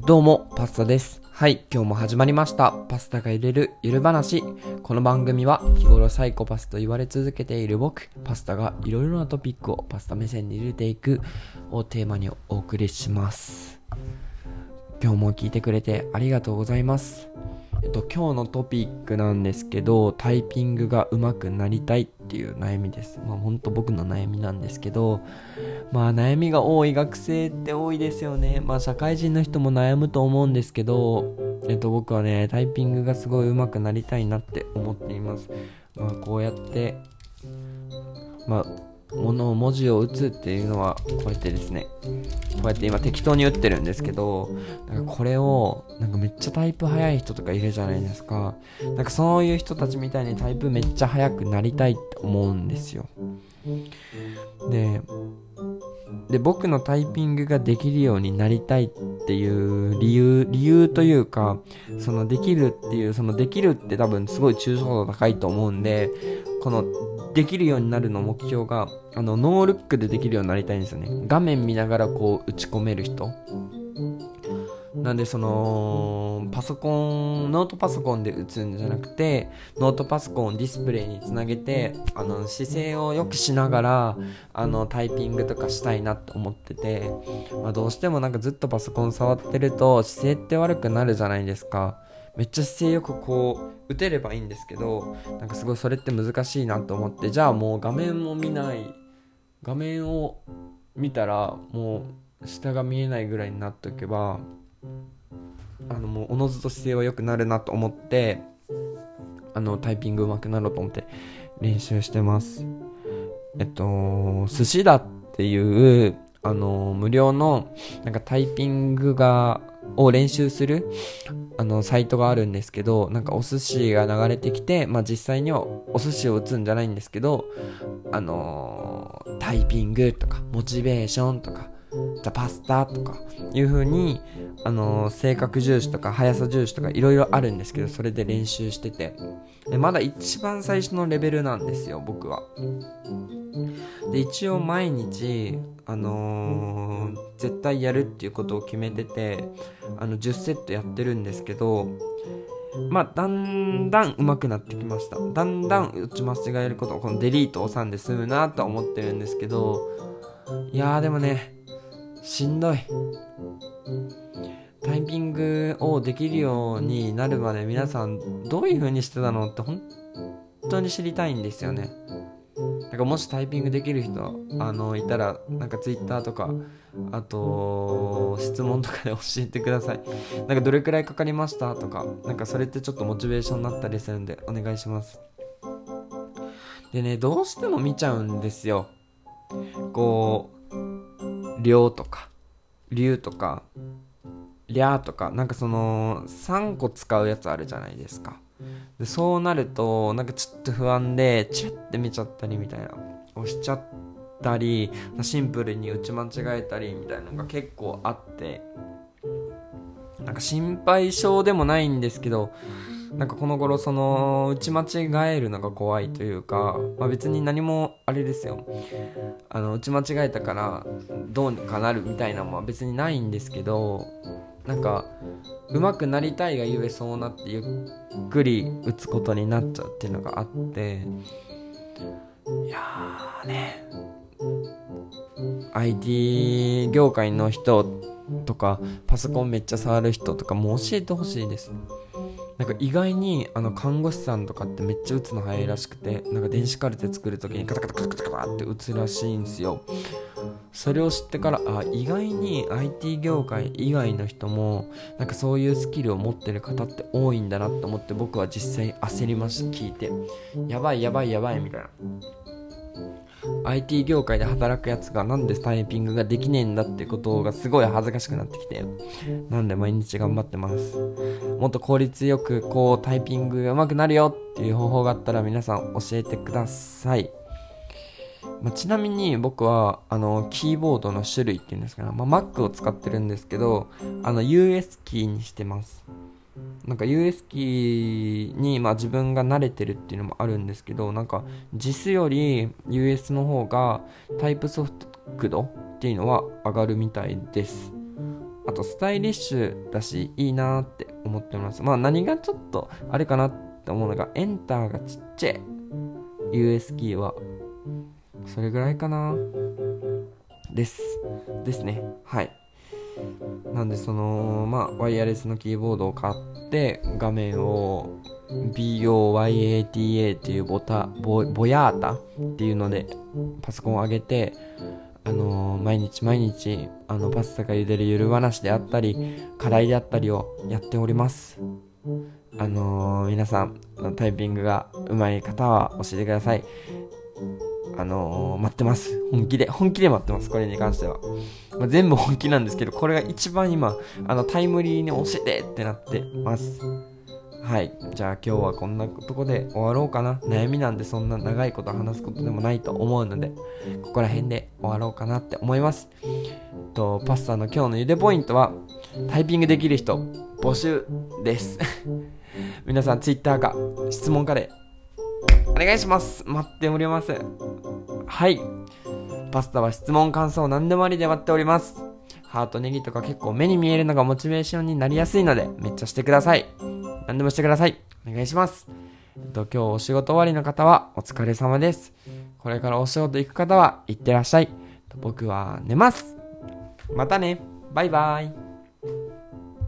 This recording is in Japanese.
どうもパスタです。はい、今日も始まりましたパスタが入れるゆる話。この番組は日頃サイコパスと言われ続けている僕パスタがいろいろなトピックをパスタ目線に入れていくをテーマにお送りします。今日も聞いてくれてありがとうございます。今日のトピックなんですけど、タイピングが上手くなりたいっていう悩みです。本当僕の悩みなんですけど、悩みが多い学生って多いですよね。社会人の人も悩むと思うんですけど、僕はね、タイピングがすごい上手くなりたいなって思っています。こうやって文字を打つっていうのはこうやってですね、こうやって今適当に打ってるんですけど、これをめっちゃタイプ早い人とかいるじゃないですか。そういう人たちみたいにタイプめっちゃ早くなりたいって思うんですよ。で僕のタイピングができるようになりたいっていう理由というか、そのできるって多分すごい抽象度高いと思うんで、このできるようになるの目標がノールックでできるようになりたいんですよね。画面見ながらこう打ち込める人なんで、ノートパソコンで打つんじゃなくて、ノートパソコンをディスプレイにつなげて姿勢を良くしながらタイピングとかしたいなと思ってて、どうしてもずっとパソコン触ってると姿勢って悪くなるじゃないですか。めっちゃ姿勢よくこう打てればいいんですけど、すごいそれって難しいなと思って、じゃあもう画面を見たらもう下が見えないぐらいになっておけばもうおのずと姿勢は良くなるなと思って、タイピング上手くなろうと思って練習してます。寿司だっていう無料のタイピングを練習するサイトがあるんですけど、お寿司が流れてきて、実際にはお寿司を打つんじゃないんですけど、タイピングとかモチベーションとかパスタとかいう風に正確重視とか速さ重視とかいろいろあるんですけど、それで練習してて、まだ一番最初のレベルなんですよ、僕は。で一応毎日絶対やるっていうことを決めてて10セットやってるんですけど、だんだん上手くなってきました。だんだん打ち間違えることをこのデリートを押さんで済むなとは思ってるんですけど、いやーでもね、しんどい。タイピングをできるようになるまで皆さんどういう風にしてたのって本当に知りたいんですよね。もしタイピングできる人いたらツイッターとかあと質問とかで教えてください。どれくらいかかりましたとか、それってちょっとモチベーションになったりするんでお願いします。でね、どうしても見ちゃうんですよ。こう量とか流とかりゃーとか3個使うやつあるじゃないですか。でそうなるとちょっと不安でチラッて見ちゃったりみたいな、押しちゃったりシンプルに打ち間違えたりみたいなのが結構あって、心配性でもないんですけど、この頃打ち間違えるのが怖いというか、別に何もあれですよ、打ち間違えたからどうにかなるみたいなのは別にないんですけど、上手くなりたいがゆえそうなってゆっくり打つことになっちゃうっていうのがあって、いやーね、 IT 業界の人とかパソコンめっちゃ触る人とかも教えてほしいです。意外に看護師さんとかってめっちゃ打つの早いらしくて、電子カルテ作るときにカタカタカタカタカタって打つらしいんですよ。それを知ってから意外に IT 業界以外の人もそういうスキルを持ってる方って多いんだなと思って、僕は実際焦りました。聞いてやばいみたいな、IT 業界で働くやつがなんでタイピングができねえんだってことがすごい恥ずかしくなってきて、なんで毎日頑張ってます。もっと効率よくタイピングが上手くなるよっていう方法があったら皆さん教えてください。ちなみに僕はキーボードの種類っていうんですかね、Mac を使ってるんですけどUS キーにしてます。US キーに自分が慣れてるっていうのもあるんですけど、JIS より US の方がタイプ速度っていうのは上がるみたいです。 あとスタイリッシュだしいいなって思っております。何がちょっとあれかなって思うのが、エンターがちっちゃい US キーはそれぐらいかなですね。はい。なんでワイヤレスのキーボードを買って画面を BOYATA っていうボヤータっていうのでパソコンを上げて、毎日パスタが茹でるゆる話であったり課題であったりをやっております。皆さんタイピングが上手い方は教えてください。待ってます。本気で待ってます。これに関しては、全部本気なんですけど、これが一番今タイムリーに教えてってなってます。はい。じゃあ今日はこんなとこで終わろうかな。悩みなんでそんな長いこと話すことでもないと思うので、ここら辺で終わろうかなって思います。パスタの今日の茹でポイントは、タイピングできる人募集です皆さん Twitter か質問かでお願いします。待っております。はい。パスタは質問感想何でもありで待っております。ハートネギとか結構目に見えるのがモチベーションになりやすいので、めっちゃしてください。何でもしてください。お願いします。今日お仕事終わりの方はお疲れ様です。これからお仕事行く方は行ってらっしゃい。僕は寝ます。またね。バイバイ。